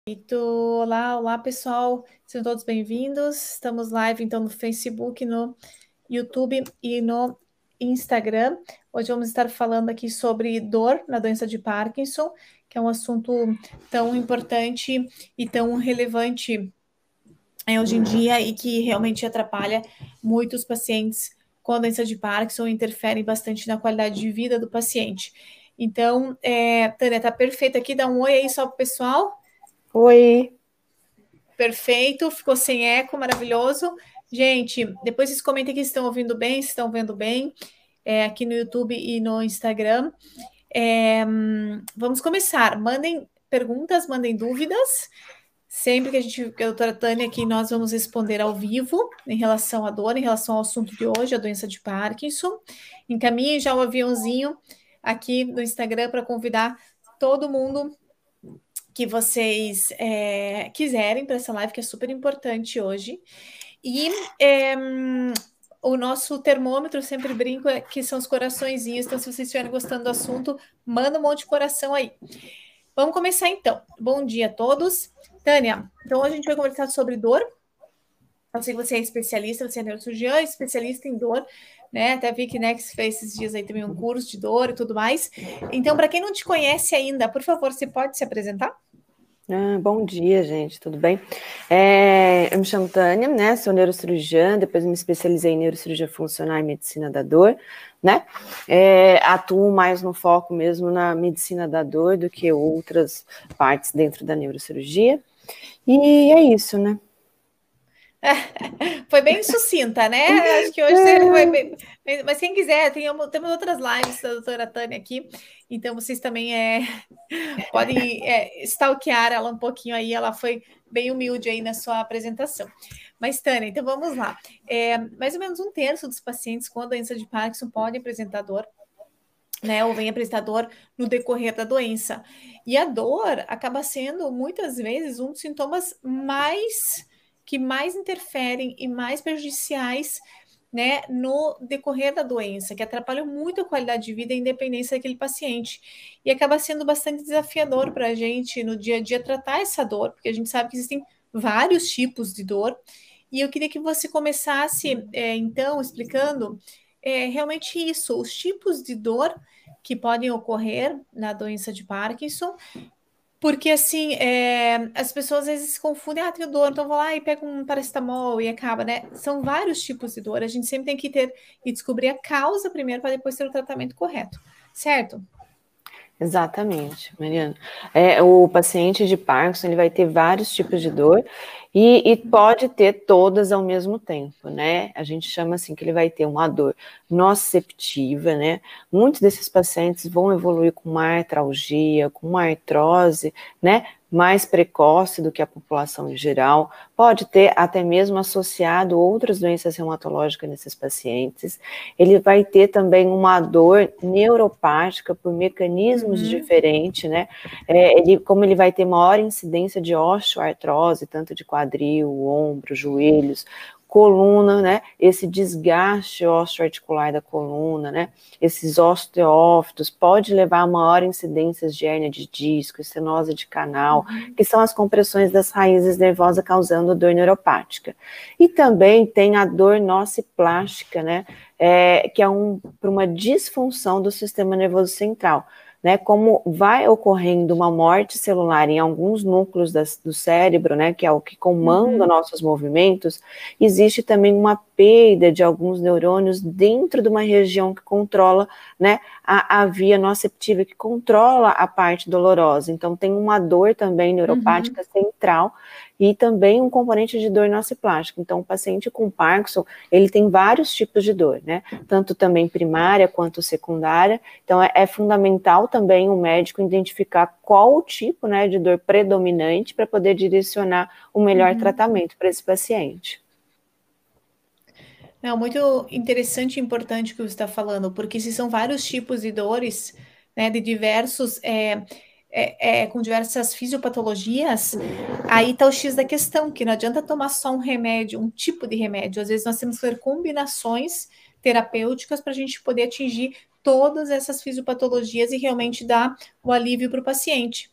Olá, olá pessoal, sejam todos bem-vindos. Estamos live então no Facebook, no YouTube e no Instagram. Hoje vamos estar falando aqui sobre dor na doença de Parkinson, que é um assunto tão importante e tão relevante hoje em dia e que realmente atrapalha muitos pacientes com a doença de Parkinson e interfere bastante na qualidade de vida do paciente. Então, Tânia, tá perfeito aqui, dá um oi aí só pro pessoal. Oi, Perfeito, ficou sem eco, maravilhoso. Gente, depois vocês comentem aqui se estão ouvindo bem, se estão vendo bem, aqui no YouTube e no Instagram. Vamos começar. Mandem perguntas, mandem dúvidas. Sempre que a doutora Tânia aqui, nós vamos responder ao vivo em relação à dor, em relação ao assunto de hoje, a doença de Parkinson. Encaminhe já o aviãozinho aqui no Instagram para convidar todo mundo que vocês quiserem para essa live, que é super importante hoje. E o nosso termômetro, eu sempre brinco, que são os coraçõezinhos. Então, se vocês estiverem gostando do assunto, manda um monte de coração aí. Vamos começar então. Bom dia a todos. Tânia, então hoje a gente vai conversar sobre dor. Eu sei que você é especialista, você é neurocirurgiã, especialista em dor, né? Até vi que Nex fez esses dias aí também um curso de dor e tudo mais. Então, para quem não te conhece ainda, por favor, você pode se apresentar? bom dia, gente, tudo bem? Eu me chamo Tânia, né, sou neurocirurgiã, depois me especializei em neurocirurgia funcional e medicina da dor, né, atuo mais no foco mesmo na medicina da dor do que outras partes dentro da neurocirurgia, e é isso, né. Foi bem sucinta, né? Acho que hoje você foi bem. Mas quem quiser, temos outras lives da doutora Tânia aqui, então vocês também podem stalkear ela um pouquinho aí, ela foi bem humilde aí na sua apresentação. Mas, Tânia, então vamos lá. Mais ou menos um terço dos pacientes com a doença de Parkinson podem apresentar dor, né, ou vem apresentar dor no decorrer da doença. E a dor acaba sendo, muitas vezes, um dos sintomas que mais interferem e mais prejudiciais, né, no decorrer da doença, que atrapalham muito a qualidade de vida e a independência daquele paciente. E acaba sendo bastante desafiador para a gente, no dia a dia, tratar essa dor, porque a gente sabe que existem vários tipos de dor. E eu queria que você começasse, então, explicando realmente isso, os tipos de dor que podem ocorrer na doença de Parkinson, porque assim, as pessoas às vezes se confundem, tenho dor, então vou lá e pego um paracetamol e acaba, né? São vários tipos de dor, a gente sempre tem que ter e descobrir a causa primeiro para depois ter o tratamento correto, certo? Exatamente, Mariana. O paciente de Parkinson, ele vai ter vários tipos de dor e pode ter todas ao mesmo tempo, né? A gente chama assim que ele vai ter uma dor nociceptiva, né? Muitos desses pacientes vão evoluir com uma artralgia, com uma artrose, né? Mais precoce do que a população em geral, pode ter até mesmo associado outras doenças reumatológicas nesses pacientes. Ele vai ter também uma dor neuropática por mecanismos diferentes, né? Como ele vai ter maior incidência de osteoartrose, tanto de quadril, ombro, joelhos, coluna, né? Esse desgaste osteoarticular da coluna, né? Esses osteófitos pode levar a maior incidência de hérnia de disco, estenose de canal, que são as compressões das raízes nervosas causando dor neuropática. E também tem a dor nociplástica, né? Que é por uma disfunção do sistema nervoso central. Né, como vai ocorrendo uma morte celular em alguns núcleos do cérebro, né, que é o que comanda nossos movimentos, existe também uma perda de alguns neurônios dentro de uma região que controla, né, a via nociceptiva, que controla a parte dolorosa. Então, tem uma dor também neuropática central e também um componente de dor nociplástica. Então, o paciente com Parkinson, ele tem vários tipos de dor, né, tanto também primária quanto secundária. Então, é fundamental também o médico identificar qual o tipo, né, de dor predominante para poder direcionar o melhor tratamento para esse paciente. Não, muito interessante e importante o que você está falando, porque se são vários tipos de dores, né, de diversos, com diversas fisiopatologias, aí está o X da questão, que não adianta tomar só um remédio, um tipo de remédio, às vezes nós temos que ter combinações terapêuticas para a gente poder atingir todas essas fisiopatologias e realmente dar o alívio para o paciente.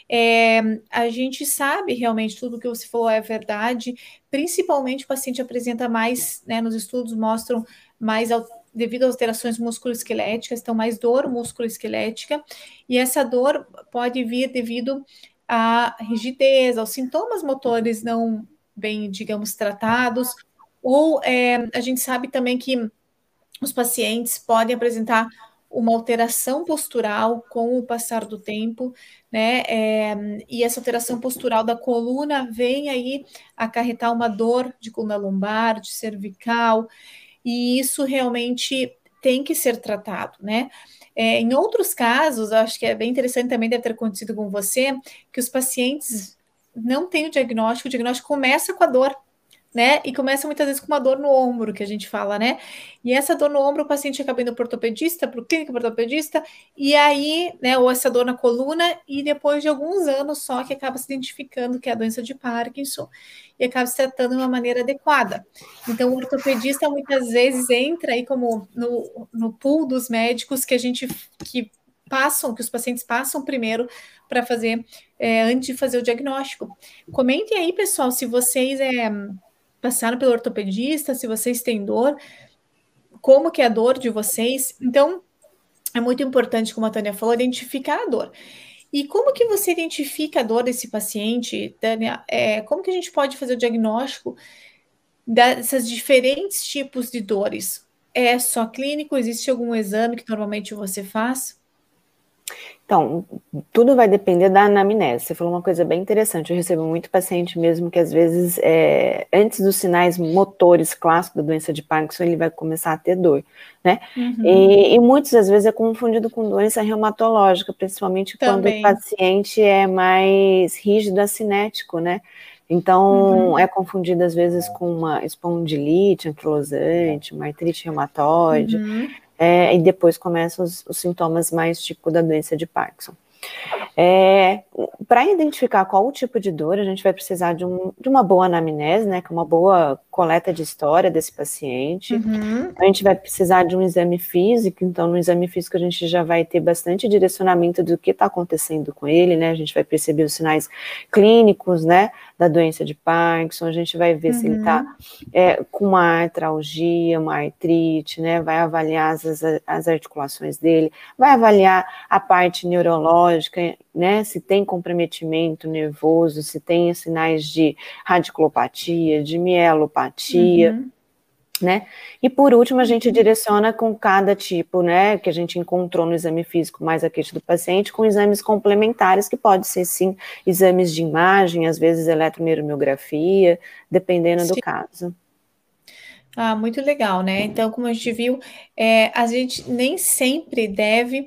A gente sabe realmente tudo que você falou é verdade, principalmente o paciente apresenta mais, né, nos estudos mostram mais devido às alterações musculoesqueléticas, então mais dor musculoesquelética, e essa dor pode vir devido à rigidez, aos sintomas motores não bem, digamos, tratados, ou a gente sabe também que os pacientes podem apresentar uma alteração postural com o passar do tempo, né? E essa alteração postural da coluna vem aí acarretar uma dor de coluna lombar, de cervical, e isso realmente tem que ser tratado, né? Em outros casos, acho que é bem interessante também, deve ter acontecido com você, que os pacientes não têm o diagnóstico começa com a dor, né? E começa muitas vezes com uma dor no ombro, que a gente fala, né? E essa dor no ombro, o paciente acaba indo para o ortopedista, para o clínico, para o ortopedista, e aí, né, ou essa dor na coluna, e depois de alguns anos só que acaba se identificando que é a doença de Parkinson e acaba se tratando de uma maneira adequada. Então, o ortopedista muitas vezes entra aí como no pool dos médicos que a gente que os pacientes passam primeiro para fazer, antes de fazer o diagnóstico. Comentem aí, pessoal, se vocês passaram pelo ortopedista, se vocês têm dor, como que é a dor de vocês. Então, é muito importante, como a Tânia falou, identificar a dor. E como que você identifica a dor desse paciente, Tânia? Como que a gente pode fazer o diagnóstico dessas diferentes tipos de dores? É só clínico? Existe algum exame que normalmente você faz? Então, tudo vai depender da anamnese. Você falou uma coisa bem interessante. Eu recebo muito paciente mesmo que, às vezes, antes dos sinais motores clássicos da doença de Parkinson, ele vai começar a ter dor, né? Uhum. E muitas das vezes é confundido com doença reumatológica, principalmente quando o paciente é mais rígido acinético, né? Então, é confundido às vezes com uma espondilite anquilosante, uma artrite reumatoide. E depois começam os sintomas mais típicos da doença de Parkinson. Para identificar qual o tipo de dor, a gente vai precisar de uma boa anamnese, né, que é uma boa coleta de história desse paciente. A gente vai precisar de um exame físico, então no exame físico a gente já vai ter bastante direcionamento do que está acontecendo com ele, né, a gente vai perceber os sinais clínicos, né, da doença de Parkinson, a gente vai ver se ele está com uma artralgia, uma artrite, né, vai avaliar as articulações dele, vai avaliar a parte neurológica, né, se tem comprometimento nervoso, se tem sinais de radiculopatia, de mielopatia, né, e por último a gente direciona com cada tipo, né, que a gente encontrou no exame físico mais a queixa do paciente, com exames complementares, que pode ser sim, exames de imagem, às vezes eletroneuromiografia, dependendo do caso. Ah, muito legal, né? Então, como a gente viu, a gente nem sempre deve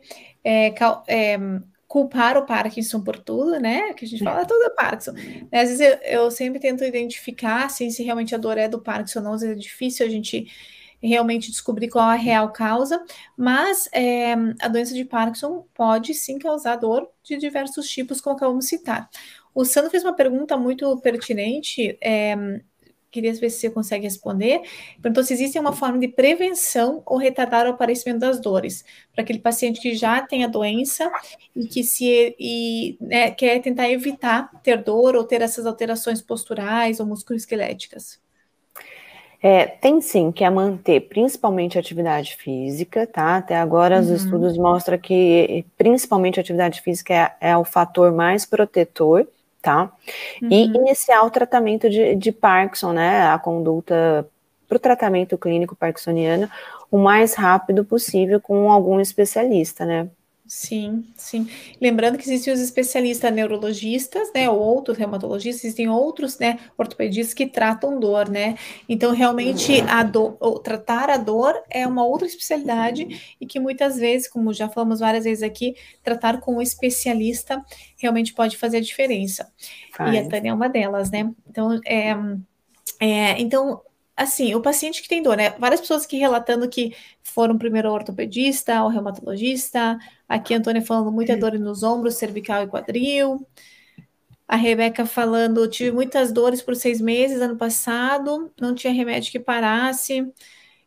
culpar o Parkinson por tudo, né? Que a gente fala, tudo é Parkinson. Às vezes eu sempre tento identificar assim, se realmente a dor é do Parkinson ou não, às vezes é difícil a gente realmente descobrir qual a real causa, mas a doença de Parkinson pode sim causar dor de diversos tipos, como acabamos de citar. O Sandro fez uma pergunta muito pertinente, queria ver se você consegue responder. Perguntou se existe uma forma de prevenção ou retardar o aparecimento das dores para aquele paciente que já tem a doença e que né, quer tentar evitar ter dor ou ter essas alterações posturais ou musculoesqueléticas. Tem sim, que é manter principalmente a atividade física, tá? Até agora os estudos mostram que principalmente a atividade física é o fator mais protetor, tá? E iniciar o tratamento de Parkinson, né? A conduta para o tratamento clínico parkinsoniano o mais rápido possível com algum especialista, né? Sim, sim. Lembrando que existem os especialistas neurologistas, né, ou outros reumatologistas, existem outros, né, ortopedistas que tratam dor, né? Então, realmente, tratar a dor é uma outra especialidade e que muitas vezes, como já falamos várias vezes aqui, tratar com um especialista realmente pode fazer a diferença. E a Tânia é uma delas, né? Então, então, assim, o paciente que tem dor, né? Várias pessoas aqui relatando que foram primeiro ao ortopedista, ao reumatologista. Aqui a Antônia falando muita dor nos ombros, cervical e quadril. A Rebeca falando, tive muitas dores por 6 meses ano passado, não tinha remédio que parasse.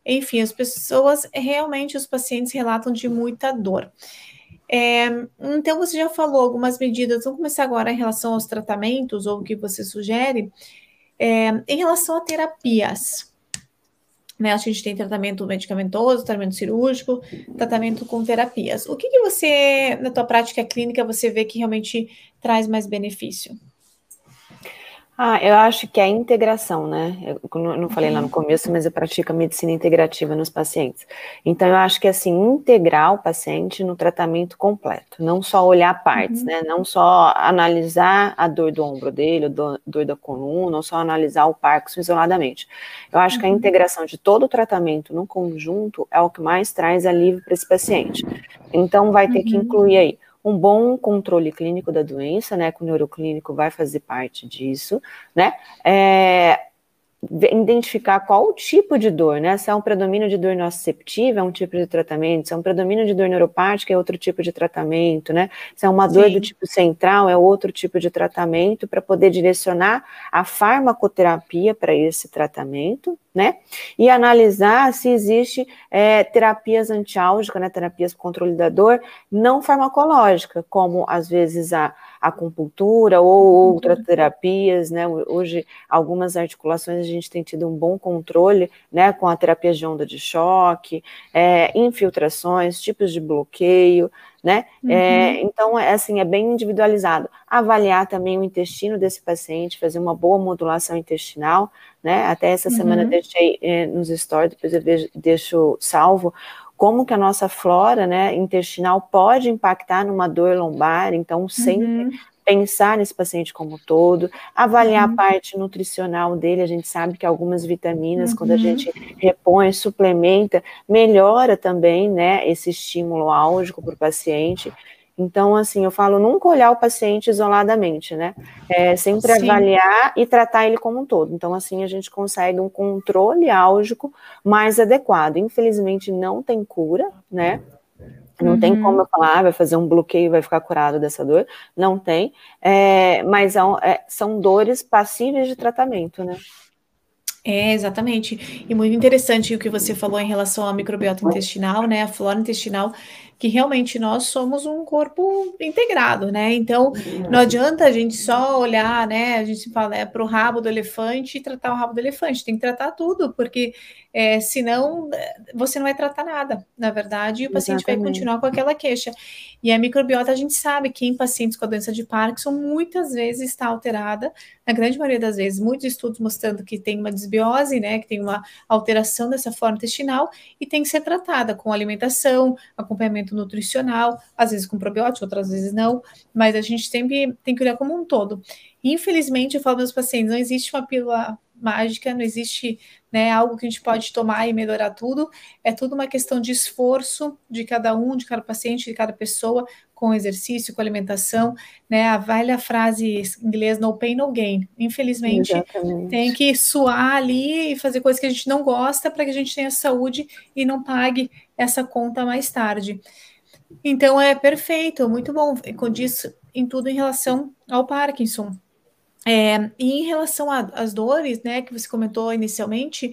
enfim, as pessoas, realmente, os pacientes relatam de muita dor. Então, você já falou algumas medidas, vamos começar agora em relação aos tratamentos, ou o que você sugere, em relação a terapias, né? A gente tem tratamento medicamentoso, tratamento cirúrgico, tratamento com terapias. O que você, na tua prática clínica, você vê que realmente traz mais benefício? Eu acho que é a integração, né? Eu não falei lá no começo, mas eu pratico a medicina integrativa nos pacientes. Então, eu acho que, assim, integrar o paciente no tratamento completo, não só olhar partes, né? Não só analisar a dor do ombro dele, a dor da coluna, não só analisar o Parkinson isoladamente. Eu acho que a integração de todo o tratamento no conjunto é o que mais traz alívio para esse paciente. Então, vai ter que incluir aí um bom controle clínico da doença, né, que o neuroclínico vai fazer parte disso, né, identificar qual o tipo de dor, né? Se é um predomínio de dor nociceptiva, é um tipo de tratamento, se é um predomínio de dor neuropática, é outro tipo de tratamento, né? Se é uma dor do tipo central, é outro tipo de tratamento, para poder direcionar a farmacoterapia para esse tratamento, né? E analisar se existe terapias antiálgicas, né? Terapias para controle da dor não farmacológica, como às vezes a acupuntura ou outras terapias, né? Hoje, algumas articulações a gente tem tido um bom controle, né? Com a terapia de onda de choque, infiltrações, tipos de bloqueio, né? Então, assim, é bem individualizado. Avaliar também o intestino desse paciente, fazer uma boa modulação intestinal, né? Até essa semana eu deixei nos stories, depois eu deixo salvo, como que a nossa flora, né, intestinal pode impactar numa dor lombar. Então, sempre pensar nesse paciente como um todo, avaliar a parte nutricional dele. A gente sabe que algumas vitaminas, quando a gente repõe, suplementa, melhora também, né, esse estímulo álgico para o paciente. Então, assim, eu falo, nunca olhar o paciente isoladamente, né? Sempre avaliar e tratar ele como um todo. Então, assim, a gente consegue um controle álgico mais adequado. Infelizmente, não tem cura, né? Não tem como eu falar, vai fazer um bloqueio e vai ficar curado dessa dor. Não tem. Mas são dores passíveis de tratamento, né? Exatamente. E muito interessante o que você falou em relação à microbiota intestinal, né? A flora intestinal, que realmente nós somos um corpo integrado, né? Então, não adianta a gente só olhar, né? A gente fala para o rabo do elefante e tratar o rabo do elefante, tem que tratar tudo, porque senão você não vai tratar nada, na verdade, e o paciente vai continuar com aquela queixa. E a microbiota, a gente sabe que em pacientes com a doença de Parkinson, muitas vezes está alterada, na grande maioria das vezes, muitos estudos mostrando que tem uma desbiose, né, que tem uma alteração dessa flora intestinal e tem que ser tratada com alimentação, acompanhamento nutricional, às vezes com probiótico, outras vezes não, mas a gente sempre tem que olhar como um todo. Infelizmente, eu falo para os pacientes, não existe uma pílula mágica, não existe, né, algo que a gente pode tomar e melhorar tudo, é tudo uma questão de esforço de cada um, de cada paciente, de cada pessoa, com exercício, com alimentação, né, a velha frase em inglês, no pain, no gain. Infelizmente, tem que suar ali e fazer coisas que a gente não gosta para que a gente tenha saúde e não pague essa conta mais tarde. Então, é perfeito, muito bom, condiz em tudo em relação ao Parkinson. E em relação às dores, né, que você comentou inicialmente,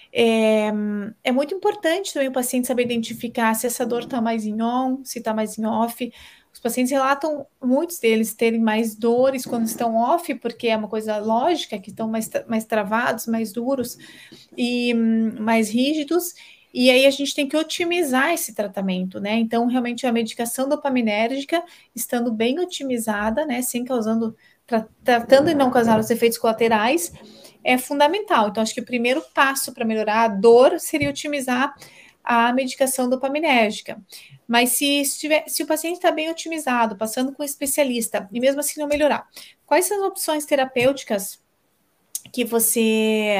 é muito importante também o paciente saber identificar se essa dor está mais em on, se está mais em off. Os pacientes relatam, muitos deles, terem mais dores quando estão off, porque é uma coisa lógica, que estão mais travados, mais duros e mais rígidos. E aí a gente tem que otimizar esse tratamento, né? Então, realmente, a medicação dopaminérgica, estando bem otimizada, né, sem causando, tratando e não causar os efeitos colaterais, é fundamental. Então, acho que o primeiro passo para melhorar a dor seria otimizar a medicação dopaminérgica. Mas se o paciente está bem otimizado, passando com um especialista, e mesmo assim não melhorar, quais são as opções terapêuticas que você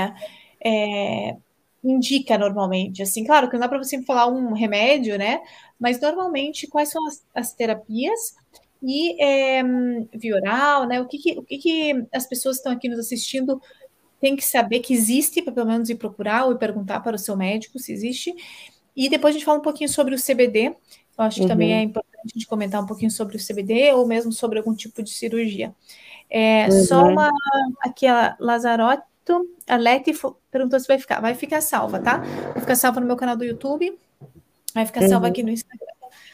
indica normalmente? Assim, claro que não dá para você falar um remédio, né? Mas normalmente, quais são as terapias? E via oral, né? O que as pessoas que estão aqui nos assistindo tem que saber que existe, para pelo menos ir procurar ou ir perguntar para o seu médico se existe. E depois a gente fala um pouquinho sobre o CBD. Eu acho que também é importante a gente comentar um pouquinho sobre o CBD ou mesmo sobre algum tipo de cirurgia. Só aqui a Lazarote Certo. A Leti perguntou se vai ficar. Vai ficar salva, tá? Vai ficar salva no meu canal do YouTube. Vai ficar salva aqui no Instagram.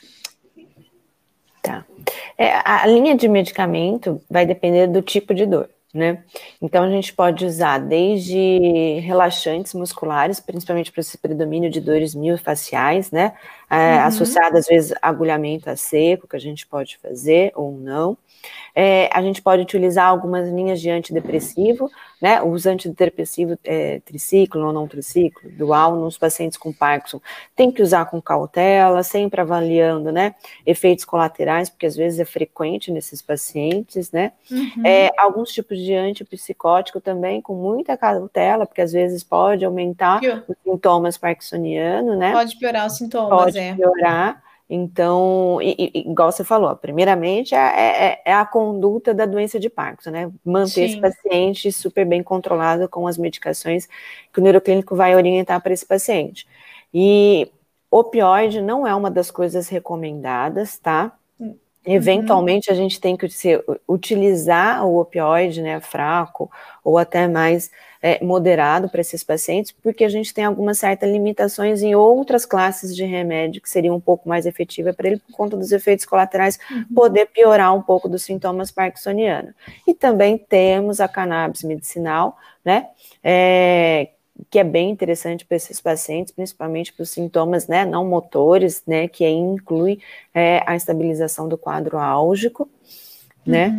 Tá. A linha de medicamento vai depender do tipo de dor, né? Então, a gente pode usar desde relaxantes musculares, principalmente para esse predomínio de dores miofasciais, né? Associado, às vezes, a agulhamento a seco, que a gente pode fazer ou não. A gente pode utilizar algumas linhas de antidepressivo, né? Os antidepressivos triciclo ou não triciclo, dual, nos pacientes com Parkinson, tem que usar com cautela, sempre avaliando, né? Efeitos colaterais, porque às vezes é frequente nesses pacientes, né? Alguns tipos de antipsicótico também, com muita cautela, porque às vezes pode aumentar os sintomas parkinsonianos, né? Pode piorar os sintomas, Pode piorar. Então, igual você falou, primeiramente é a conduta da doença de Parkinson, né? Manter esse paciente super bem controlado com as medicações que o neuroclínico vai orientar para esse paciente. E opioide não é uma das coisas recomendadas, tá? Eventualmente a gente tem que utilizar o opioide, né, fraco ou até mais moderado para esses pacientes, porque a gente tem algumas certas limitações em outras classes de remédio que seriam um pouco mais efetivas para ele, por conta dos efeitos colaterais, poder piorar um pouco dos sintomas parkinsonianos. E também temos a cannabis medicinal, né, que é bem interessante para esses pacientes, principalmente para os sintomas, né, não motores, né, que inclui a estabilização do quadro álgico, né,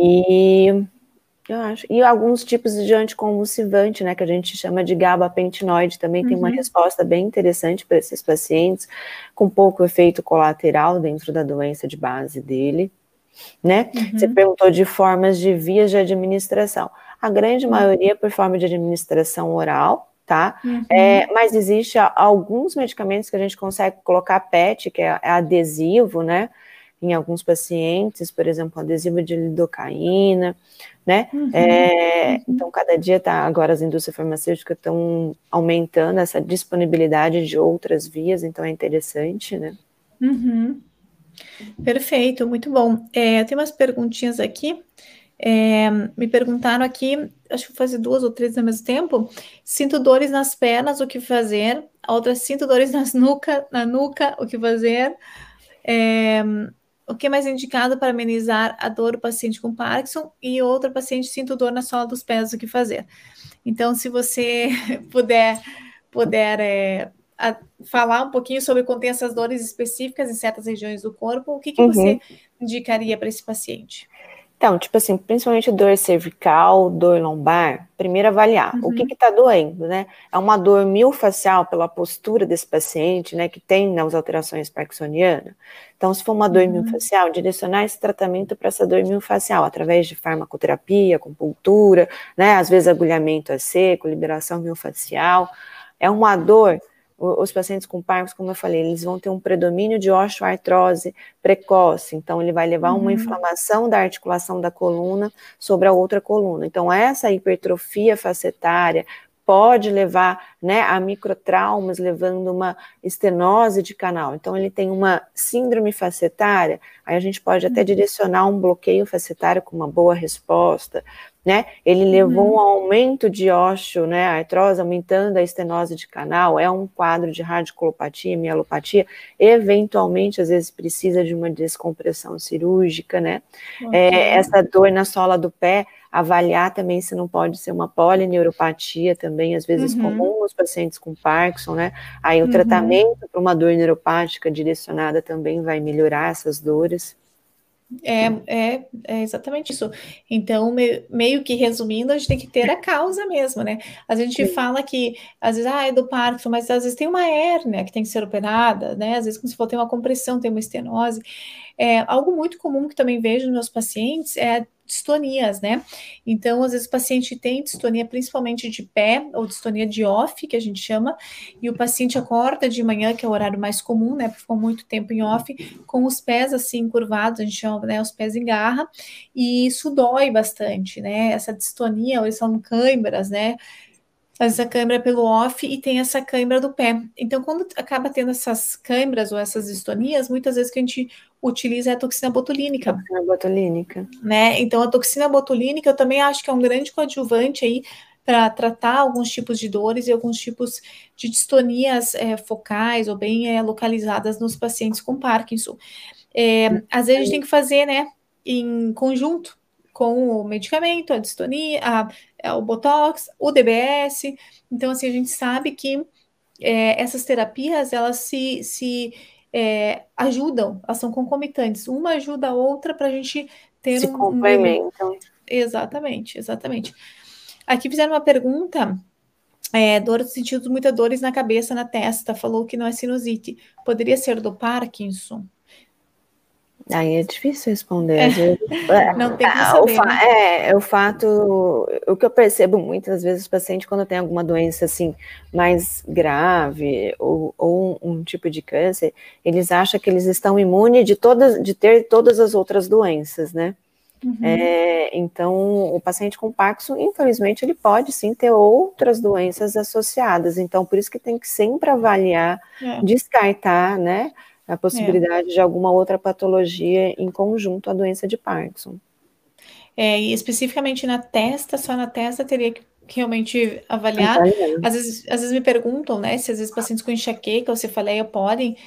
e alguns tipos de anticonvulsivante, né, que a gente chama de gabapentinoide, também tem uma resposta bem interessante para esses pacientes, com pouco efeito colateral dentro da doença de base dele, né. Você perguntou de formas de vias de administração. A grande maioria por forma de administração oral, tá? Mas existe alguns medicamentos que a gente consegue colocar PET, que é adesivo, né? Em alguns pacientes, por exemplo, adesivo de lidocaína, né? Então, cada dia agora as indústrias farmacêuticas estão aumentando essa disponibilidade de outras vias, então é interessante, né? Perfeito, muito bom. Eu tenho umas perguntinhas aqui. Me perguntaram aqui, acho que vou fazer 2 ou 3 ao mesmo tempo. Sinto dores nas pernas, o que fazer? A outra, sinto dores na nuca, o que fazer? O que é mais indicado para amenizar a dor do paciente com Parkinson? E outra paciente, sinto dor na sola dos pés, o que fazer? Então, se você puder falar um pouquinho sobre quando tem essas dores específicas em certas regiões do corpo, o que você indicaria para esse paciente? Então, tipo assim, principalmente dor cervical, dor lombar, primeiro avaliar o que está doendo, né? É uma dor miofascial pela postura desse paciente, né, que tem nas alterações parkinsonianas. Então, se for uma dor miofascial, direcionar esse tratamento para essa dor miofascial, através de farmacoterapia, acupuntura, né, às vezes agulhamento a seco, liberação miofascial. É uma dor. Os pacientes com Parkinson, como eu falei, eles vão ter um predomínio de osteoartrose precoce, então ele vai levar uma inflamação da articulação da coluna sobre a outra coluna. Então, essa hipertrofia facetária pode levar, né, a microtraumas, levando uma estenose de canal. Então, ele tem uma síndrome facetária, aí a gente pode até direcionar um bloqueio facetário com uma boa resposta, né? Ele levou um aumento de ósseo, né, a artrose, aumentando a estenose de canal, é um quadro de radiculopatia, mielopatia, eventualmente, às vezes, precisa de uma descompressão cirúrgica, né? Essa dor na sola do pé, avaliar também se não pode ser uma polineuropatia também, às vezes comum nos pacientes com Parkinson, né? Aí o tratamento para uma dor neuropática direcionada também vai melhorar essas dores. É exatamente isso. Então, meio que resumindo, a gente tem que ter a causa mesmo, né? A gente fala que, às vezes, é do Parkinson, mas às vezes tem uma hérnia que tem que ser operada, né? Às vezes, como se for, tem uma compressão, tem uma estenose. Algo muito comum que também vejo nos meus pacientes é distonias, né? Então, às vezes o paciente tem distonia principalmente de pé, ou distonia de off, que a gente chama, e o paciente acorda de manhã, que é o horário mais comum, né? Porque ficou muito tempo em off, com os pés assim curvados, a gente chama, né? Os pés em garra, e isso dói bastante, né? Essa distonia, ou são câimbras, né? Às vezes a câimbra é pelo off e tem essa câimbra do pé. Então, quando acaba tendo essas câimbras ou essas distonias, muitas vezes que a gente utiliza é a toxina botulínica. Toxina botulínica. Né? Então, a toxina botulínica eu também acho que é um grande coadjuvante aí para tratar alguns tipos de dores e alguns tipos de distonias focais ou bem localizadas nos pacientes com Parkinson. Às vezes a gente tem que fazer, né, em conjunto com o medicamento, a distonia, o Botox, o DBS. Então, assim, a gente sabe que essas terapias, elas se ajudam, elas são concomitantes. Uma ajuda a outra para a gente ter Se um melhor. complementam. Exatamente, exatamente. Aqui fizeram uma pergunta, dor sentindo muitas dores na cabeça, na testa, falou que não é sinusite. Poderia ser do Parkinson? Aí é difícil responder, às vezes. Não tem como saber, né? O fato, o que eu percebo muitas vezes, o paciente, quando tem alguma doença assim, mais grave, ou um tipo de câncer, eles acham que eles estão imunes de ter todas as outras doenças, né? Uhum. Então, o paciente com Parkinson, infelizmente, ele pode sim ter outras doenças associadas. Então, por isso que tem que sempre avaliar, descartar, né, a possibilidade de alguma outra patologia em conjunto à doença de Parkinson. E especificamente na testa, só na testa teria que realmente avaliar. Às vezes me perguntam, né, se às vezes pacientes com enxaqueca ou cefaleia podem,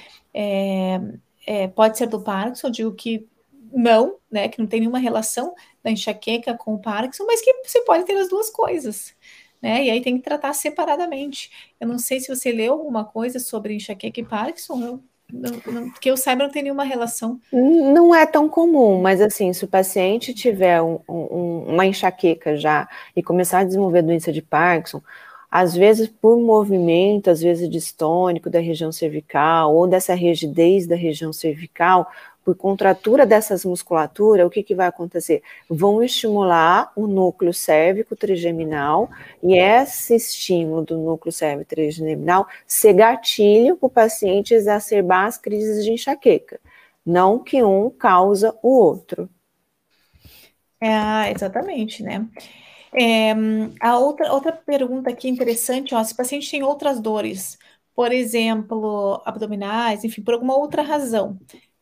pode ser do Parkinson. Eu digo que não, né, que não tem nenhuma relação da enxaqueca com o Parkinson, mas que você pode ter as duas coisas, né, e aí tem que tratar separadamente. Eu não sei se você leu alguma coisa sobre enxaqueca e Parkinson, que eu saiba, não tem nenhuma relação. Não é tão comum, mas assim, se o paciente tiver uma enxaqueca já e começar a desenvolver doença de Parkinson, às vezes por movimento, às vezes distônico da região cervical ou dessa rigidez da região cervical, por contratura dessas musculaturas, o que vai acontecer? Vão estimular o núcleo cérvico trigeminal e esse estímulo do núcleo cérvico trigeminal ser gatilho para o paciente exacerbar as crises de enxaqueca. Não que um causa o outro. Exatamente, né? A outra pergunta aqui interessante, ó, se o paciente tem outras dores, por exemplo, abdominais, enfim, por alguma outra razão,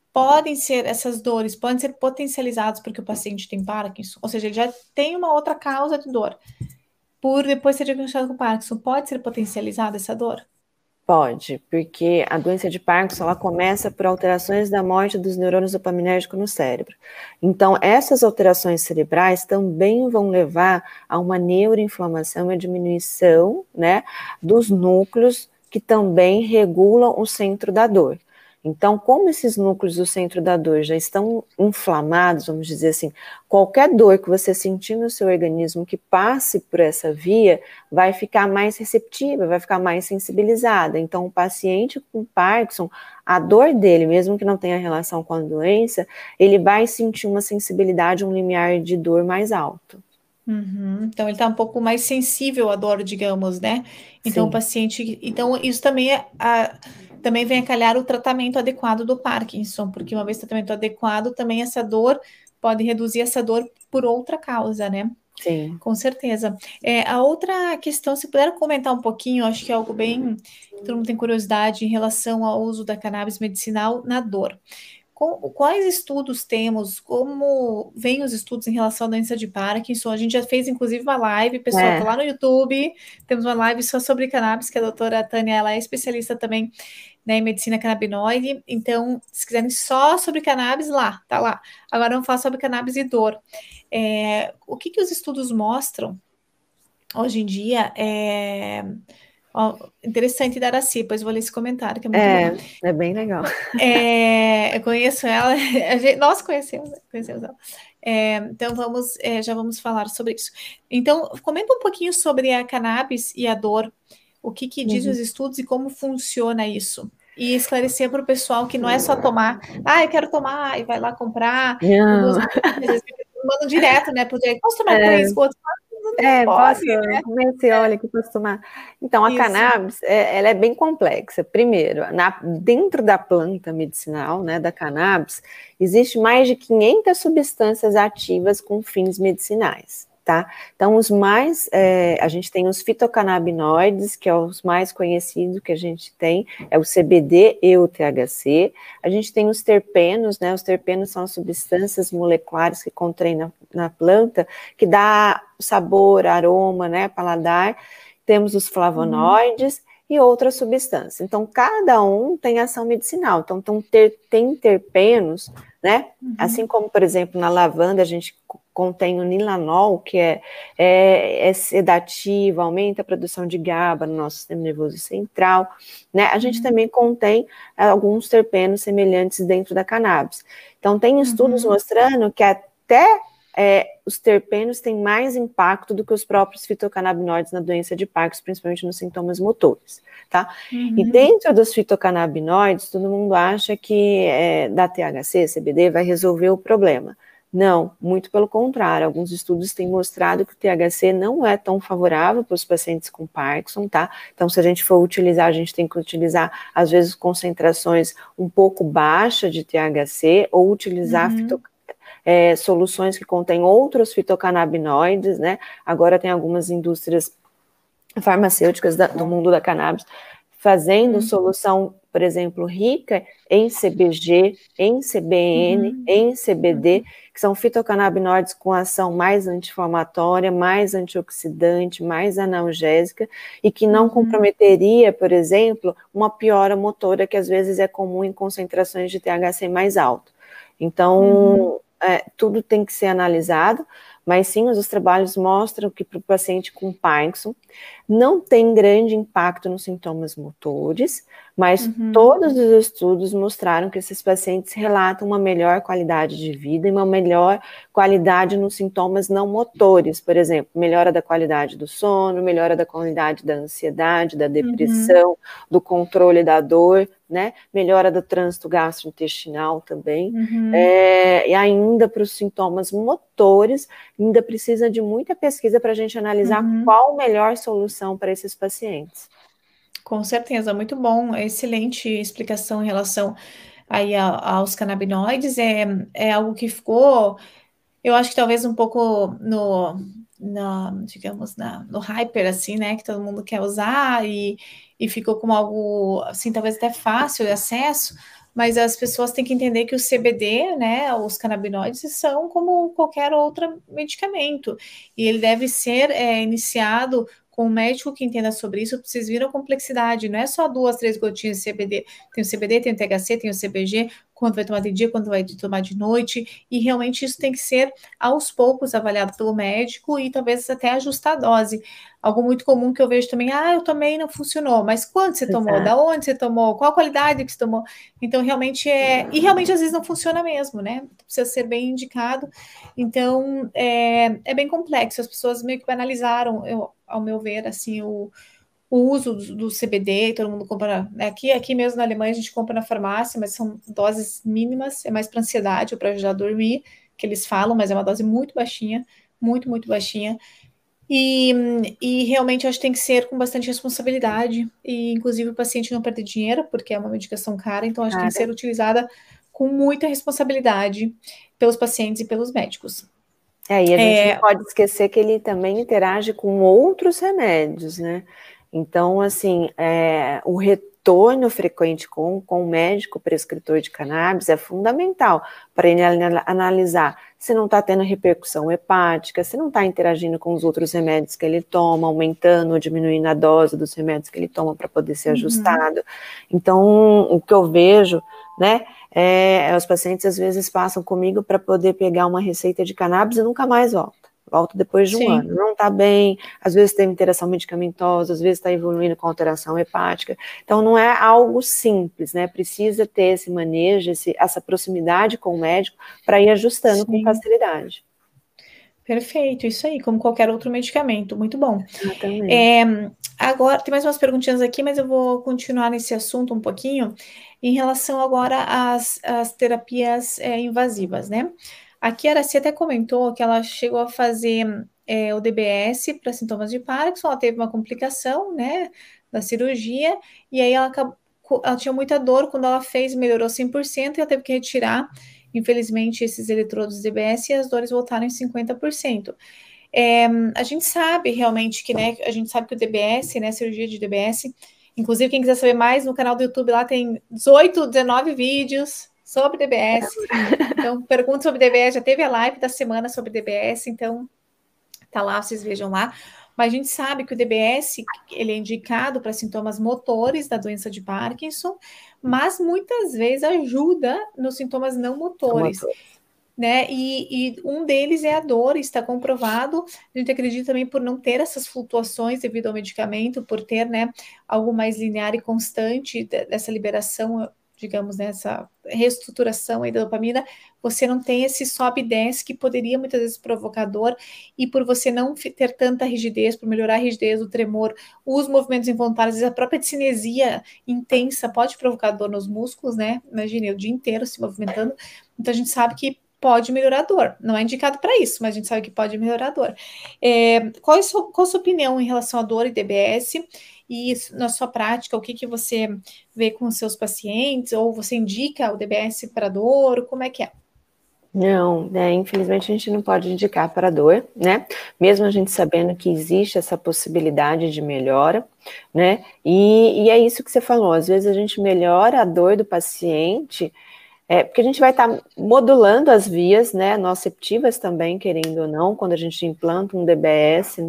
essas dores podem ser potencializadas porque o paciente tem Parkinson, ou seja, ele já tem uma outra causa de dor. Por depois ser diagnosticado com Parkinson, pode ser potencializada essa dor? Pode, porque a doença de Parkinson, ela começa por alterações da morte dos neurônios dopaminérgicos no cérebro. Então, essas alterações cerebrais também vão levar a uma neuroinflamação e a diminuição, né, dos núcleos que também regulam o centro da dor. Então, como esses núcleos do centro da dor já estão inflamados, vamos dizer assim, qualquer dor que você sentir no seu organismo que passe por essa via vai ficar mais receptiva, vai ficar mais sensibilizada. Então, o paciente com Parkinson, a dor dele, mesmo que não tenha relação com a doença, ele vai sentir uma sensibilidade, um limiar de dor mais alto. Uhum. Então, ele está um pouco mais sensível à dor, digamos, né? Então, Sim. o paciente. Então, isso também também vem a calhar o tratamento adequado do Parkinson, porque uma vez tratamento adequado, também essa dor pode reduzir essa dor por outra causa, né? Sim. Com certeza. A outra questão, se puder comentar um pouquinho, acho que é algo bem. Todo mundo tem curiosidade em relação ao uso da cannabis medicinal na dor. Quais estudos temos? Como vêm os estudos em relação à doença de Parkinson? A gente já fez, inclusive, uma live, pessoal, tá lá no YouTube. Temos uma live só sobre cannabis, que a doutora Tânia, ela é especialista também, né, em medicina canabinoide. Então, se quiserem só sobre cannabis, tá lá. Agora vamos falar sobre cannabis e dor. O que os estudos mostram hoje em dia interessante da Araci, depois vou ler esse comentário, que é muito bom. É bem legal. Eu conheço ela, nós conhecemos ela. Então já vamos falar sobre isso. Então, comenta um pouquinho sobre a cannabis e a dor, o que dizem os estudos e como funciona isso. E esclarecer para o pessoal que não é só tomar, eu quero tomar, e vai lá comprar. Não. Mandam direto, né? Posso tomar 3 gotas? Posso, né? Comecei, olha, que posso tomar. Então, a cannabis, ela é bem complexa. Primeiro, dentro da planta medicinal, né, da cannabis, existe mais de 500 substâncias ativas com fins medicinais, tá? Então, a gente tem os fitocannabinoides, que é os mais conhecidos que a gente tem, é o CBD e o THC. A gente tem os terpenos, né? Os terpenos são as substâncias moleculares que contém na planta, que dá sabor, aroma, né? Paladar. Temos os flavonoides e outras substâncias. Então, cada um tem ação medicinal. Então, tem terpenos, né? Assim como, por exemplo, na lavanda, a gente contém o nilanol, que é sedativo, aumenta a produção de GABA no nosso sistema nervoso central, né? A gente também contém alguns terpenos semelhantes dentro da cannabis. Então, tem estudos mostrando que até os terpenos têm mais impacto do que os próprios fitocannabinoides na doença de Parkinson, principalmente nos sintomas motores, tá? E dentro dos fitocannabinoides, todo mundo acha que da THC, CBD, vai resolver o problema. Não, muito pelo contrário, alguns estudos têm mostrado que o THC não é tão favorável para os pacientes com Parkinson, tá? Então, se a gente for utilizar, a gente tem que utilizar, às vezes, concentrações um pouco baixas de THC, ou utilizar soluções que contêm outros fitocannabinoides, né? Agora tem algumas indústrias farmacêuticas do mundo da cannabis fazendo solução, por exemplo, rica em CBG, em CBN, em CBD, que são fitocannabinoides com ação mais anti-inflamatória, mais antioxidante, mais analgésica, e que não comprometeria, por exemplo, uma piora motora que às vezes é comum em concentrações de THC mais alto. Então, tudo tem que ser analisado, mas sim, os trabalhos mostram que para o paciente com Parkinson não tem grande impacto nos sintomas motores, mas todos os estudos mostraram que esses pacientes relatam uma melhor qualidade de vida e uma melhor qualidade nos sintomas não motores, por exemplo, melhora da qualidade do sono, melhora da qualidade da ansiedade, da depressão, do controle da dor, né? Melhora do trânsito gastrointestinal também, e ainda para os sintomas motores, ainda precisa de muita pesquisa para a gente analisar qual a melhor solução para esses pacientes. Com certeza, muito bom, excelente explicação em relação aí aos canabinoides, é algo que ficou, eu acho que talvez um pouco digamos, no hyper, assim, né, que todo mundo quer usar e ficou como algo, assim, talvez até fácil de acesso, mas as pessoas têm que entender que o CBD, né, os canabinoides, são como qualquer outro medicamento, e ele deve ser iniciado com um médico que entenda sobre isso. Vocês viram a complexidade, não é só 2, 3 gotinhas de CBD, tem o CBD, tem o THC, tem o CBG, quando vai tomar de dia, quando vai tomar de noite, e realmente isso tem que ser aos poucos avaliado pelo médico e talvez até ajustar a dose. Algo muito comum que eu vejo também, eu tomei e não funcionou, mas quanto você tomou? Da onde você tomou? Qual a qualidade que você tomou? Então, realmente e realmente às vezes não funciona mesmo, né? Precisa ser bem indicado. Então, é bem complexo, as pessoas meio que banalizaram, ao meu ver, assim, o uso do CBD, todo mundo compra, né? Aqui mesmo na Alemanha a gente compra na farmácia, mas são doses mínimas, é mais para ansiedade ou para ajudar a dormir, que eles falam, mas é uma dose muito baixinha, muito, muito baixinha. E realmente eu acho que tem que ser com bastante responsabilidade, e inclusive o paciente não perder dinheiro, porque é uma medicação cara, então acho que tem que ser utilizada com muita responsabilidade pelos pacientes e pelos médicos. E a gente não pode esquecer que ele também interage com outros remédios, né? Então, assim, o retorno frequente com o médico prescritor de cannabis é fundamental para ele analisar se não está tendo repercussão hepática, se não está interagindo com os outros remédios que ele toma, aumentando ou diminuindo a dose dos remédios que ele toma para poder ser ajustado. Então, o que eu vejo, né, os pacientes às vezes passam comigo para poder pegar uma receita de cannabis e nunca mais volta depois de um ano, não está bem, às vezes tem interação medicamentosa, às vezes está evoluindo com alteração hepática, então não é algo simples, né, precisa ter esse manejo, essa proximidade com o médico para ir ajustando com facilidade. Perfeito, isso aí, como qualquer outro medicamento, muito bom. Exatamente. Agora, tem mais umas perguntinhas aqui, mas eu vou continuar nesse assunto um pouquinho, em relação agora às terapias invasivas, né? Aqui a Araci até comentou que ela chegou a fazer o DBS para sintomas de Parkinson, ela teve uma complicação, né, da cirurgia, e aí ela tinha muita dor, quando ela fez, melhorou 100%, e ela teve que retirar, infelizmente, esses eletrodos DBS, e as dores voltaram em 50%. A gente sabe realmente que, né, a gente sabe que o DBS, né, cirurgia de DBS, inclusive quem quiser saber mais, no canal do YouTube lá tem 18, 19 vídeos sobre DBS. Então, pergunta sobre DBS, já teve a live da semana sobre DBS, então tá lá, vocês vejam lá. Mas a gente sabe que o DBS, ele é indicado para sintomas motores da doença de Parkinson, mas muitas vezes ajuda nos sintomas não motores, né? E um deles é a dor, está comprovado. A gente acredita também por não ter essas flutuações devido ao medicamento, por ter, né, algo mais linear e constante dessa liberação, digamos, nessa reestruturação aí da dopamina, você não tem esse sobe e desce que poderia muitas vezes provocar dor, e por você não ter tanta rigidez, por melhorar a rigidez, o tremor, os movimentos involuntários, a própria cinesia intensa pode provocar dor nos músculos, né? Imagine o dia inteiro se movimentando. Então a gente sabe que pode melhorar a dor. Não é indicado para isso, mas a gente sabe que pode melhorar a dor. Qual a sua opinião em relação à dor e DBS? E na sua prática, o que, que você vê com os seus pacientes? Ou você indica o DBS para dor? Como é que é? Não, né, infelizmente a gente não pode indicar para dor, né? Mesmo a gente sabendo que existe essa possibilidade de melhora, né? E é isso que você falou, às vezes a gente melhora a dor do paciente, porque a gente vai estar modulando as vias, né, nociceptivas também, querendo ou não, quando a gente implanta um DBS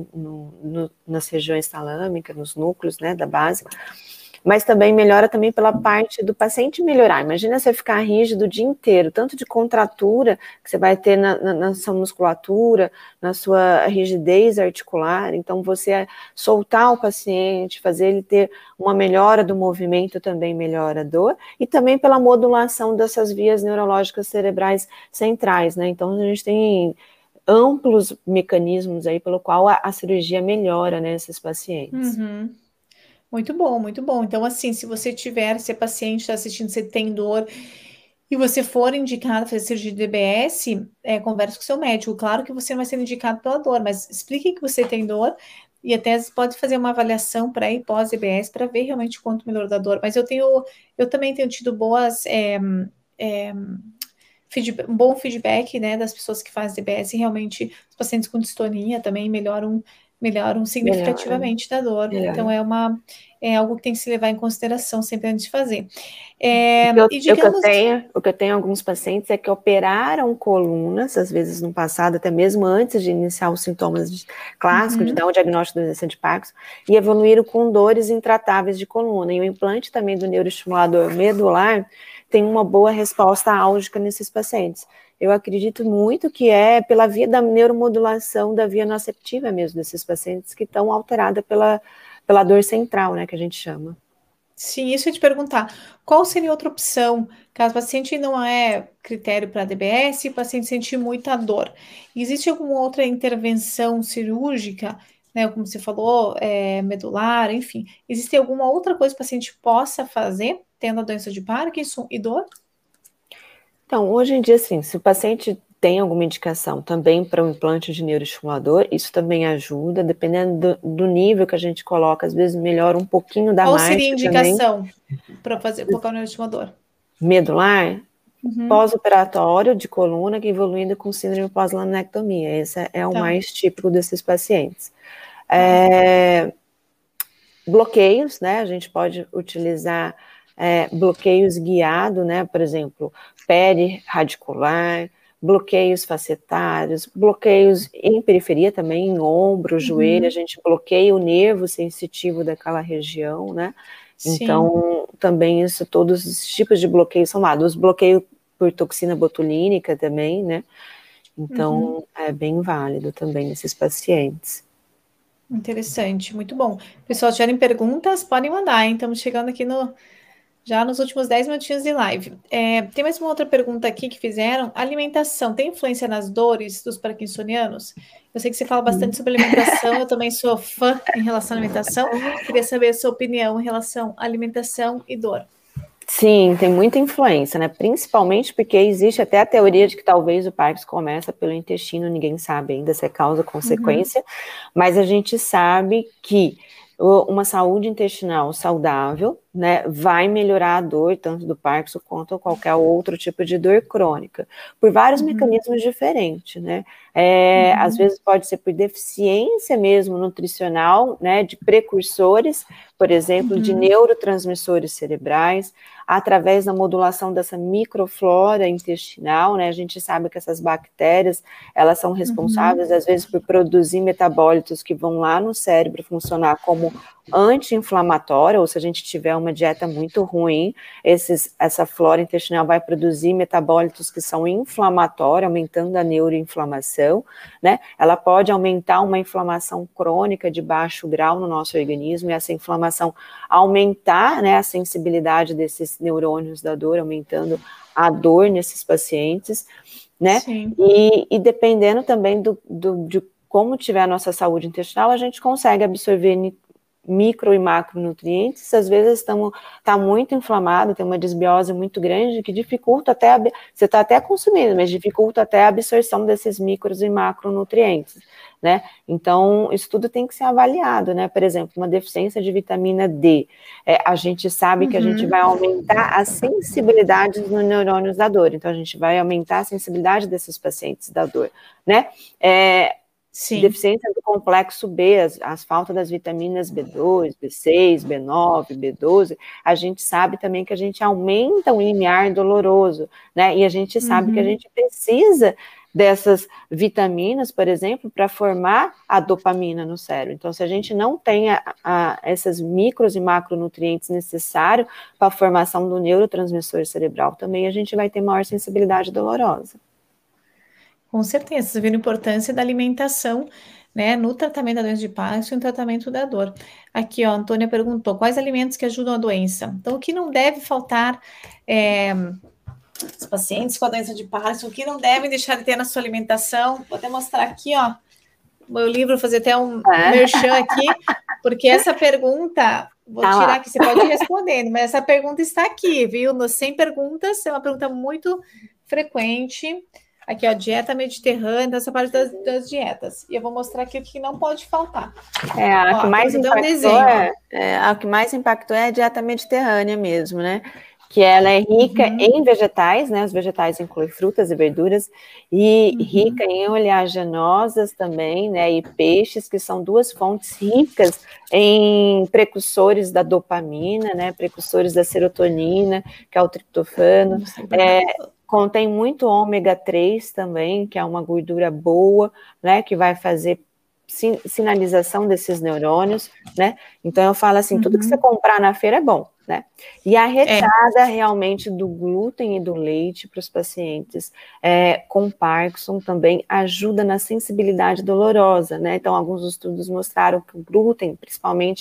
nas regiões talâmicas, nos núcleos, né, da base, mas também melhora também pela parte do paciente melhorar. Imagina você ficar rígido o dia inteiro, tanto de contratura que você vai ter na sua musculatura, na sua rigidez articular, então você soltar o paciente, fazer ele ter uma melhora do movimento também melhora a dor, e também pela modulação dessas vias neurológicas cerebrais centrais, né? Então a gente tem amplos mecanismos aí pelo qual a cirurgia melhora, né, esses pacientes. Uhum. Muito bom, muito bom. Então, assim, se você tiver, se é paciente está assistindo, você tem dor e você for indicado a fazer cirurgia de DBS, converse com o seu médico. Claro que você não vai ser indicado pela dor, mas explique que você tem dor e até pode fazer uma avaliação pré e pós-DBS para ver realmente quanto melhorou da dor. Mas eu também tenho tido um bom feedback, né, das pessoas que fazem DBS, e realmente os pacientes com distonia também melhoram Melhora, significativamente da dor. Então melhora. é algo que tem que se levar em consideração sempre antes de fazer. E O que eu digamos, tenho, o que eu tenho alguns pacientes é que operaram colunas, às vezes no passado, até mesmo antes de iniciar os sintomas clássicos, de dar o diagnóstico da doença de Parkinson, e evoluíram com dores intratáveis de coluna. E o implante também do neuroestimulador medular tem uma boa resposta álgica nesses pacientes. Eu acredito muito que é pela via da neuromodulação da via nociceptiva mesmo, desses pacientes que estão alteradas pela dor central, né, que a gente chama. sim, isso eu ia te perguntar, qual seria outra opção, caso o paciente não é critério para DBS e o paciente sentir muita dor? Existe alguma outra intervenção cirúrgica, né, como você falou, medular, enfim, existe alguma outra coisa que o paciente possa fazer, tendo a doença de Parkinson e dor? Então, hoje em dia, assim, se o paciente tem alguma indicação também para um implante de neuroestimulador, isso também ajuda, dependendo do nível que a gente coloca, às vezes melhora um pouquinho da Qual seria a marcha também. indicação para fazer, colocar o neuroestimulador? Medular, Uhum, pós-operatório de coluna que evoluindo com síndrome pós-laminectomia. Esse é o tá, mais típico desses pacientes. tá. Bloqueios, né? A gente pode utilizar bloqueios guiados, né? Por exemplo, perirradicular, bloqueios facetários, bloqueios em periferia também, em ombro, joelho, a Uhum, gente bloqueia o nervo sensitivo daquela região, né? sim. Então, também isso, todos os tipos de bloqueios são lá. Os bloqueios por toxina botulínica também, né? Uhum. Então, é bem válido também nesses pacientes. Interessante, muito bom. Pessoal, se tiverem perguntas, podem mandar, hein? Estamos chegando aqui já nos últimos 10 minutinhos de live. Tem mais uma outra pergunta aqui que fizeram. Alimentação tem influência nas dores dos parkinsonianos? Eu sei que você fala bastante sobre alimentação, eu também sou fã em relação à alimentação. Queria saber a sua opinião em relação à alimentação e dor. Sim, tem muita influência, né? Principalmente porque existe até a teoria de que talvez o Parkinson começa pelo intestino, ninguém sabe ainda se é causa ou Uhum, consequência, mas a gente sabe que uma saúde intestinal saudável, né, vai melhorar a dor, tanto do Parkinson quanto qualquer outro tipo de dor crônica, por vários mecanismos diferentes, né? Às vezes pode ser por deficiência mesmo nutricional, né, de precursores, por exemplo, de neurotransmissores cerebrais, através da modulação dessa microflora intestinal, né? A gente sabe que essas bactérias, elas são responsáveis, às vezes, por produzir metabólitos que vão lá no cérebro funcionar como anti-inflamatória, ou se a gente tiver uma dieta muito ruim, essa flora intestinal vai produzir metabólitos que são inflamatórios, aumentando a neuroinflamação, né? Ela pode aumentar uma inflamação crônica de baixo grau no nosso organismo, e essa inflamação aumentar, né, a sensibilidade desses neurônios da dor, aumentando a dor nesses pacientes, né? E dependendo também de como tiver a nossa saúde intestinal, a gente consegue absorver micro e macronutrientes. Às vezes está muito inflamado, tem uma desbiose muito grande, que dificulta até, você está até consumindo, mas dificulta até a absorção desses micros e macronutrientes, né? Então, isso tudo tem que ser avaliado, né? Por exemplo, uma deficiência de vitamina D, a gente sabe que a gente vai aumentar a sensibilidade nos neurônios da dor, então a gente vai aumentar a sensibilidade desses pacientes da dor, né? Deficiência do complexo B, as faltas das vitaminas B2, B6, B9, B12, a gente sabe também que a gente aumenta o limiar doloroso, né? E a gente sabe que a gente precisa dessas vitaminas, por exemplo, para formar a dopamina no cérebro. Então, se a gente não tem essas micros e macronutrientes necessários para a formação do neurotransmissor cerebral, também a gente vai ter maior sensibilidade dolorosa. Com certeza, você viu a importância da alimentação, né, no tratamento da doença de Parkinson e no tratamento da dor. Aqui, ó, a Antônia perguntou, quais alimentos que ajudam a doença? Então, o que não deve faltar os pacientes com a doença de Parkinson, o que não devem deixar de ter na sua alimentação? Vou até mostrar aqui, ó, meu livro, fazer até um merchan aqui, porque essa pergunta, vou tirar aqui, você pode ir respondendo, mas essa pergunta está aqui, viu? Nos 100 perguntas, é uma pergunta muito frequente. Aqui, ó, dieta mediterrânea, então essa parte das dietas. E eu vou mostrar aqui o que não pode faltar. A que mais impactou é a dieta mediterrânea mesmo, né? Que ela é rica em vegetais, né? Os vegetais incluem frutas e verduras, e rica em oleaginosas também, né? E peixes, que são duas fontes ricas em precursores da dopamina, né? Precursores da serotonina, que é o triptofano. Contém muito ômega 3 também, que é uma gordura boa, né, que vai fazer sinalização desses neurônios, né? Então eu falo assim, tudo que você comprar na feira é bom, né? E a retirada realmente do glúten e do leite para os pacientes com Parkinson também ajuda na sensibilidade dolorosa, né? Então alguns estudos mostraram que o glúten, principalmente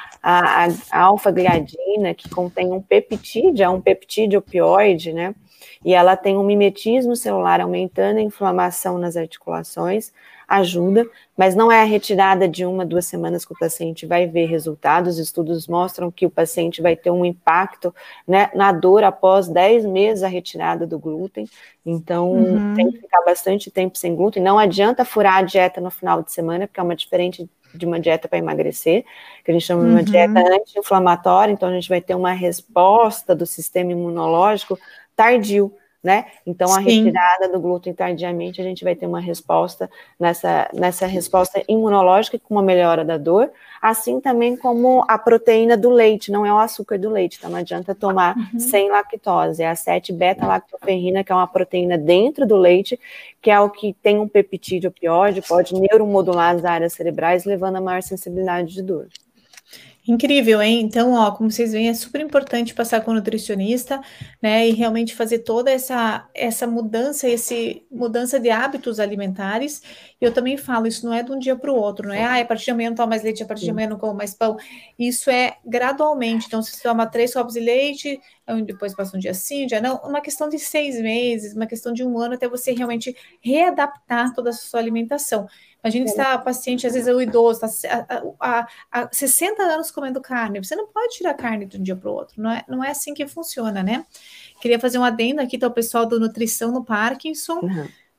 a alfa-gliadina, que contém um peptídeo, é um peptídeo opioide, né? E ela tem um mimetismo celular aumentando a inflamação nas articulações, ajuda, mas não é a retirada de 1 a 2 semanas que o paciente vai ver resultados. Os estudos mostram que o paciente vai ter um impacto, né, na dor após 10 meses a retirada do glúten, então tem que ficar bastante tempo sem glúten. Não adianta furar a dieta no final de semana, porque é uma diferente de uma dieta para emagrecer, que a gente chama de uma dieta anti-inflamatória, então a gente vai ter uma resposta do sistema imunológico tardio, né? Então, a retirada do glúten tardiamente, a gente vai ter uma resposta nessa resposta imunológica com uma melhora da dor, assim também como a proteína do leite, não é o açúcar do leite, então não adianta tomar sem lactose, é a 7-beta-lactoferrina, que é uma proteína dentro do leite, que é o que tem um peptídeo opioide, pode neuromodular as áreas cerebrais, levando a maior sensibilidade de dor. Incrível, hein? Então, ó, como vocês veem, é super importante passar com o nutricionista, né? E realmente fazer toda essa mudança, mudança de hábitos alimentares. E eu também falo, isso não é de um dia para o outro, não é? A partir de amanhã eu não tomo mais leite, a partir de amanhã eu não como mais pão. Isso é gradualmente. Então, se você toma 3 copos de leite, depois passa um dia sim, um dia não. Uma questão de 6 meses, uma questão de 1 ano, até você realmente readaptar toda a sua alimentação. Imagina que está paciente, às vezes é o idoso, está há 60 anos comendo carne. Você não pode tirar carne de um dia para o outro. Não é assim que funciona, né? Queria fazer um adendo aqui, tá o pessoal do Nutrição no Parkinson.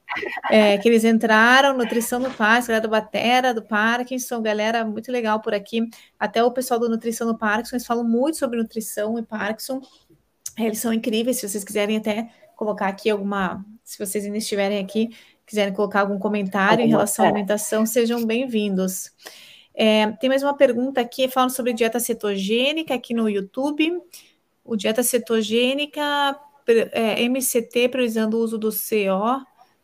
que eles entraram, nutrição no Parkinson, galera do Batera, do Parkinson, galera muito legal por aqui. Até o pessoal do Nutrição no Parkinson, eles falam muito sobre nutrição e Parkinson. Eles são incríveis, se vocês quiserem até colocar aqui se vocês ainda estiverem aqui, quiserem colocar algum comentário em relação à alimentação, sejam bem-vindos. Tem mais uma pergunta aqui, falando sobre dieta cetogênica aqui no YouTube. O dieta cetogênica, MCT, priorizando o uso do CO.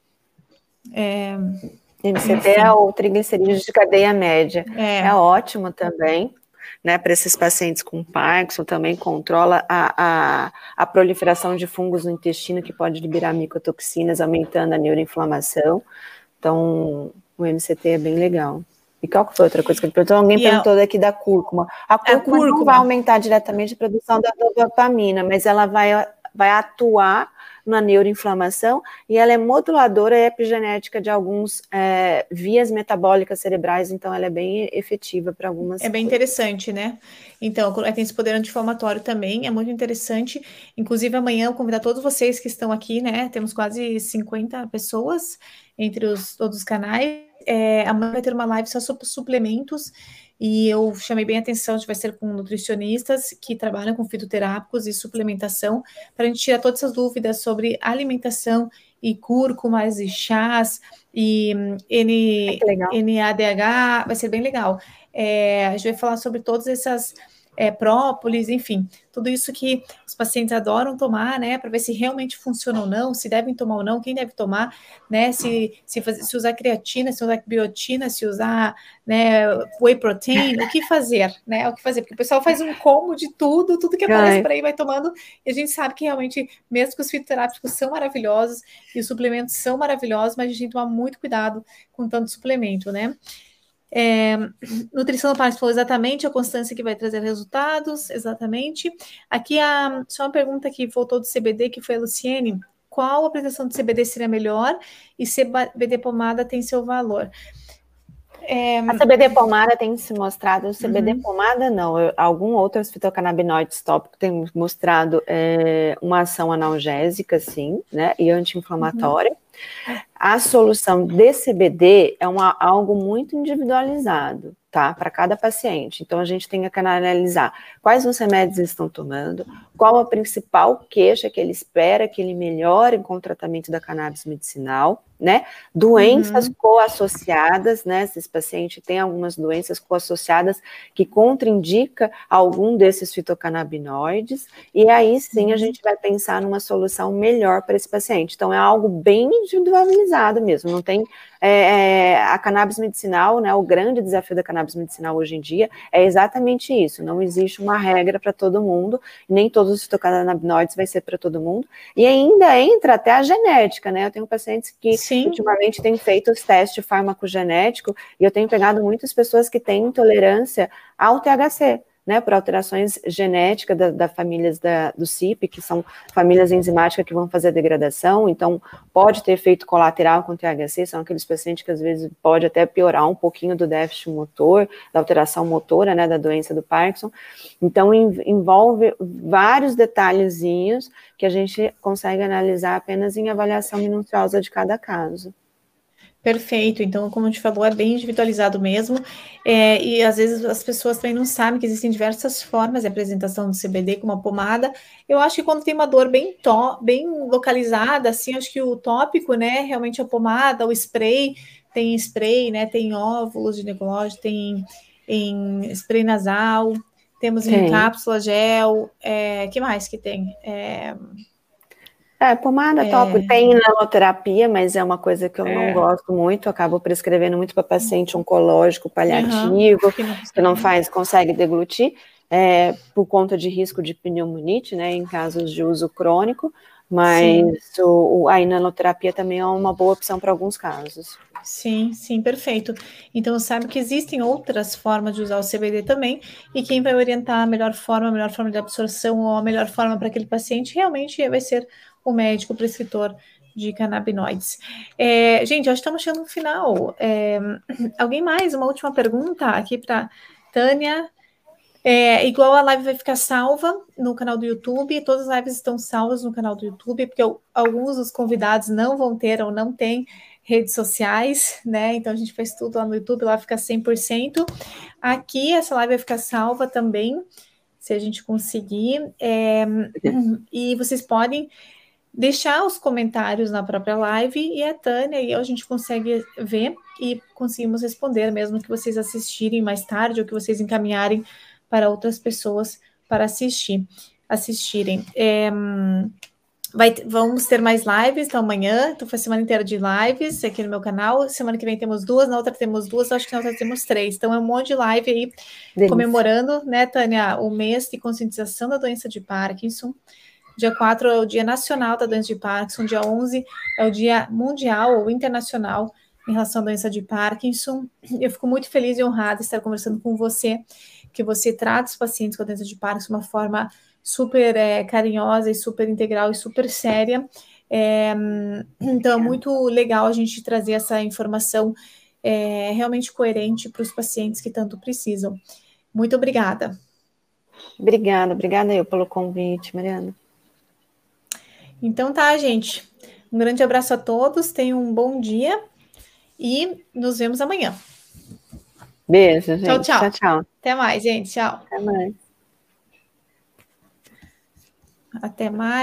MCT é o triglicerídeos de cadeia média. É ótimo também, né, para esses pacientes com Parkinson, também controla a proliferação de fungos no intestino, que pode liberar micotoxinas, aumentando a neuroinflamação. Então, o MCT é bem legal. E qual que foi outra coisa que ele perguntou? Alguém perguntou daqui da cúrcuma. A cúrcuma não vai aumentar diretamente a produção da dopamina, mas ela vai atuar na neuroinflamação e ela é moduladora epigenética de alguns vias metabólicas cerebrais, então ela é bem efetiva para algumas É bem interessante, né? Então, tem esse poder anti-inflamatório também, é muito interessante. Inclusive, amanhã eu convido todos vocês que estão aqui, né? Temos quase 50 pessoas entre todos os canais. Amanhã vai ter uma live só sobre suplementos, e eu chamei bem a atenção, vai ser com nutricionistas que trabalham com fitoterápicos e suplementação, para a gente tirar todas essas dúvidas sobre alimentação e cúrcumas e chás e NADH, vai ser bem legal. A gente vai falar sobre todas essas própolis, enfim, tudo isso que os pacientes adoram tomar, né, para ver se realmente funciona ou não, se devem tomar ou não, quem deve tomar, né, se usar creatina, se usar biotina, se usar, né, whey protein, o que fazer, né, porque o pessoal faz um combo de tudo que aparece por aí, vai tomando, e a gente sabe que realmente, mesmo que os fitoterápicos são maravilhosos, e os suplementos são maravilhosos, mas a gente tem que tomar muito cuidado com tanto suplemento, né. Nutrição no Parkinson falou exatamente a constância que vai trazer resultados, exatamente. Aqui só uma pergunta que voltou do CBD, que foi a Luciene: qual a apresentação de CBD seria melhor e CBD pomada tem seu valor? A CBD pomada tem se mostrado, CBD pomada não, algum outros fitocannabinoides tópicos tem mostrado uma ação analgésica, sim, né, e anti-inflamatória. A solução de CBD é algo muito individualizado, tá? Para cada paciente. Então, a gente tem que analisar quais os remédios eles estão tomando, qual a principal queixa que ele espera que ele melhore com o tratamento da cannabis medicinal, né? Doenças coassociadas, né? Esses pacientes têm algumas doenças coassociadas que contraindica algum desses fitocannabinoides, e aí sim a gente vai pensar numa solução melhor para esse paciente. Então, é algo bem individualizado mesmo, não tem a cannabis medicinal, né, o grande desafio da cannabis medicinal hoje em dia é exatamente isso, não existe uma regra para todo mundo, nem todos os fitocannabinoides vai ser para todo mundo, e ainda entra até a genética, né, eu tenho pacientes que ultimamente têm feito os testes farmacogenéticos, e eu tenho pegado muitas pessoas que têm intolerância ao THC, né, por alterações genéticas das famílias do CIP, que são famílias enzimáticas que vão fazer a degradação, então pode ter efeito colateral com THC, são aqueles pacientes que às vezes pode até piorar um pouquinho do déficit motor, da alteração motora, né, da doença do Parkinson, então envolve vários detalhezinhos que a gente consegue analisar apenas em avaliação minuciosa de cada caso. Perfeito, então, como a gente falou, é bem individualizado mesmo, e às vezes as pessoas também não sabem que existem diversas formas de apresentação do CBD com uma pomada. Eu acho que quando tem uma dor bem localizada, assim, acho que o tópico, né, realmente a pomada, o spray, né, tem óvulos ginecológicos, tem em spray nasal, temos em cápsula, gel, que mais que tem? Pomada top, tem nanoterapia, mas é uma coisa que eu não gosto muito, acabo prescrevendo muito para paciente oncológico paliativo, que não consegue deglutir, por conta de risco de pneumonite, né, em casos de uso crônico, mas a nanoterapia também é uma boa opção para alguns casos. Sim, perfeito. Então, sabe que existem outras formas de usar o CBD também, e quem vai orientar a melhor forma de absorção ou a melhor forma para aquele paciente realmente vai ser o médico prescritor de canabinoides. Gente, acho que estamos chegando no final. Alguém mais? Uma última pergunta aqui para Tânia. Igual a live vai ficar salva no canal do YouTube, todas as lives estão salvas no canal do YouTube, porque alguns dos convidados não vão ter ou não têm redes sociais, né? Então a gente faz tudo lá no YouTube, lá fica 100%. Aqui essa live vai ficar salva também, se a gente conseguir. E vocês podem deixar os comentários na própria live e a Tânia e a gente consegue ver e conseguimos responder, mesmo que vocês assistirem mais tarde ou que vocês encaminharem para outras pessoas para assistirem. Vamos ter mais lives, então amanhã, então foi a semana inteira de lives aqui no meu canal, semana que vem temos 2, na outra temos 2, acho que na outra temos 3, então é um monte de live aí, Delícia. comemorando, né, Tânia, o mês de conscientização da doença de Parkinson. Dia 4 é o Dia Nacional da Doença de Parkinson, dia 11 é o Dia Mundial ou Internacional em relação à doença de Parkinson. Eu fico muito feliz e honrada de estar conversando com você, que você trata os pacientes com a doença de Parkinson de uma forma super carinhosa e super integral e super séria. Então, é muito legal a gente trazer essa informação realmente coerente para os pacientes que tanto precisam. Muito obrigada. Obrigada eu pelo convite, Mariana. Então tá, gente. Um grande abraço a todos, tenham um bom dia e nos vemos amanhã. Beijo, gente. Tchau, tchau. Tchau, tchau. Até mais, gente. Tchau. Até mais. Até mais.